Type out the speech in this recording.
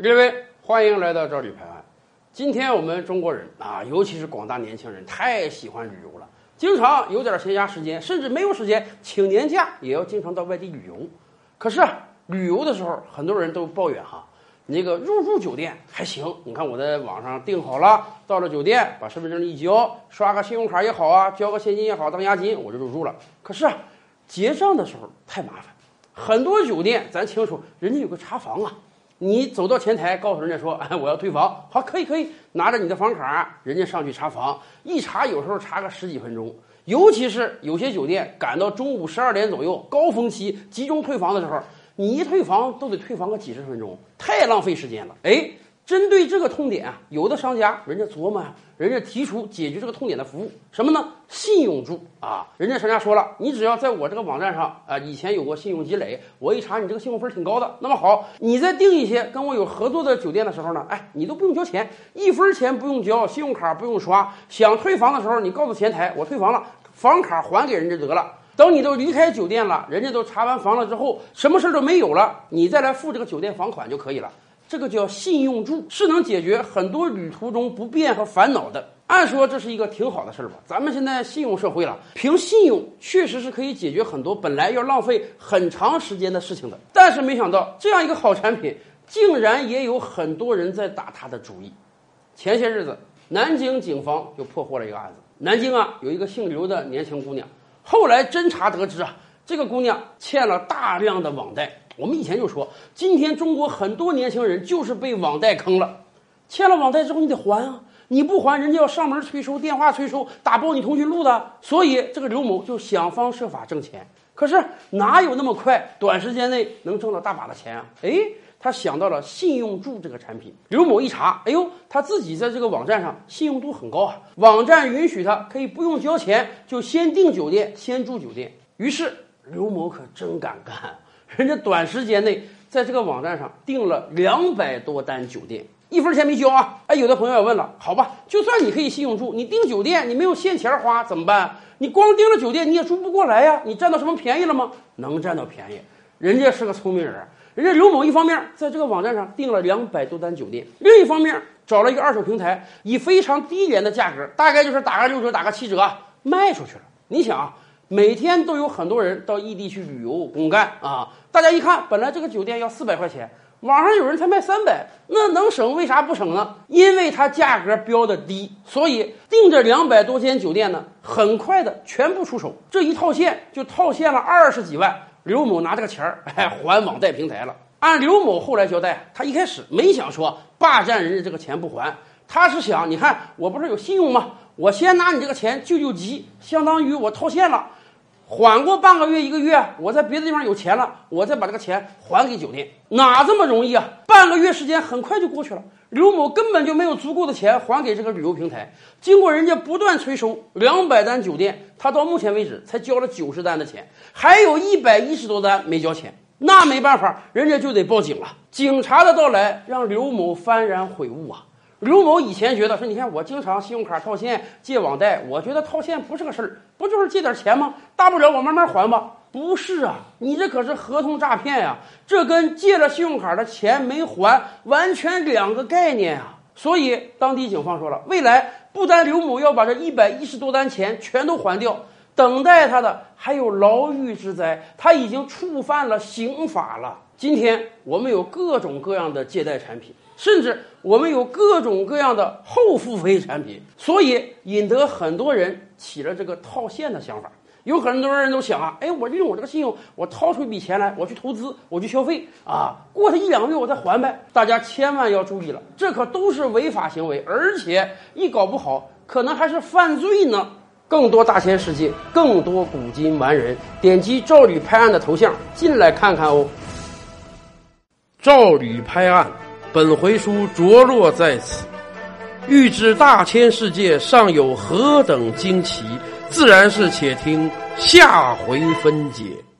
各位，欢迎来到赵吕拍案。今天我们中国人啊，尤其是广大年轻人，太喜欢旅游了，经常有点闲暇时间，甚至没有时间请年假，也要经常到外地旅游。可是旅游的时候，很多人都抱怨哈，你这个入住酒店还行，你看我在网上订好了，到了酒店把身份证一交，刷个信用卡也好啊，交个现金也好当押金，我就入住了。可是结账的时候太麻烦，很多酒店咱清楚，人家有个查房啊。你走到前台，告诉人家说：“哎，我要退房。”好，可以，拿着你的房卡，人家上去查房，一查有时候查个10几分钟。尤其是有些酒店赶到中午12点左右，高峰期集中退房的时候，你一退房都得退房个几十分钟，太浪费时间了。哎，针对这个痛点啊，有的商家人家琢磨啊，人家提出解决这个痛点的服务，什么呢？信用住啊！人家商家说了，你只要在我这个网站上啊，以前有过信用积累，我一查你这个信用分挺高的，那么好，你在订一些跟我有合作的酒店的时候呢，哎，你都不用交钱，1分钱不用交，信用卡不用刷，想退房的时候，你告诉前台我退房了，房卡还给人家得了。等你都离开酒店了，人家都查完房了之后，什么事都没有了，你再来付这个酒店房款就可以了。这个叫信用住，是能解决很多旅途中不便和烦恼的。按说这是一个挺好的事儿吧？咱们现在信用社会了，凭信用确实是可以解决很多本来要浪费很长时间的事情的。但是没想到这样一个好产品，竟然也有很多人在打他的主意。前些日子，南京警方就破获了一个案子。南京啊，有一个姓刘的年轻姑娘，后来侦查得知啊，这个姑娘欠了大量的网贷。我们以前就说，今天中国很多年轻人就是被网贷坑了，欠了网贷之后你得还啊，你不还人家要上门催收、电话催收、打爆你通讯录的。所以这个刘某就想方设法挣钱，可是哪有那么快，短时间内能挣到大把的钱啊？哎，他想到了信用住这个产品。刘某一查，哎呦，他自己在这个网站上信用度很高啊，网站允许他可以不用交钱就先订酒店、先住酒店。于是刘某可真敢干。人家短时间内在这个网站上订了200多单酒店，1分钱没交啊！哎，有的朋友也问了，好吧，就算你可以信用住，你订酒店你没有现钱花怎么办？你光订了酒店你也住不过来呀，你占到什么便宜了吗？能占到便宜，人家是个聪明人，人家刘某一方面在这个网站上订了200多单酒店，另一方面找了一个二手平台，以非常低廉的价格，大概就是打个6折、打个7折卖出去了。你想啊，每天都有很多人到异地去旅游公干啊，大家一看，本来这个酒店要400块钱，网上有人才卖300，那能省为啥不省呢？因为它价格标的低，所以订这200多间酒店呢，很快的全部出手，这一套现就套现了20几万。刘某拿这个钱儿还网贷平台了。按刘某后来交代，他一开始没想说霸占人家这个钱不还，他是想，你看我不是有信用吗？我先拿你这个钱救急，相当于我套现了。缓过半个月1个月，我在别的地方有钱了，我再把这个钱还给酒店，哪这么容易啊？半个月时间很快就过去了，刘某根本就没有足够的钱还给这个旅游平台。经过人家不断催收，200单酒店，他到目前为止才交了90单的钱，还有110多单没交钱。那没办法，人家就得报警了。警察的到来让刘某幡然悔悟啊！刘某以前觉得说，你看我经常信用卡套现、借网贷，我觉得套现不是个事儿，不就是借点钱吗？大不了我慢慢还吧。不是啊，你这可是合同诈骗呀！这跟借了信用卡的钱没还完全2个概念啊！所以当地警方说了，未来不单刘某要把这110多单钱全都还掉，等待他的还有牢狱之灾，他已经触犯了刑法了。今天我们有各种各样的借贷产品，甚至我们有各种各样的后付费产品，所以引得很多人起了这个套现的想法。有很多人都想啊，哎，我利用我这个信用，我掏出一笔钱来，我去投资，我去消费啊，过它1、2个月我再还呗。大家千万要注意了，这可都是违法行为，而且一搞不好可能还是犯罪呢。更多大千世界，更多古今完人，点击赵吕拍案的头像进来看看哦。赵吕拍案，本回书着落在此。欲知大千世界尚有何等惊奇，自然是且听下回分解。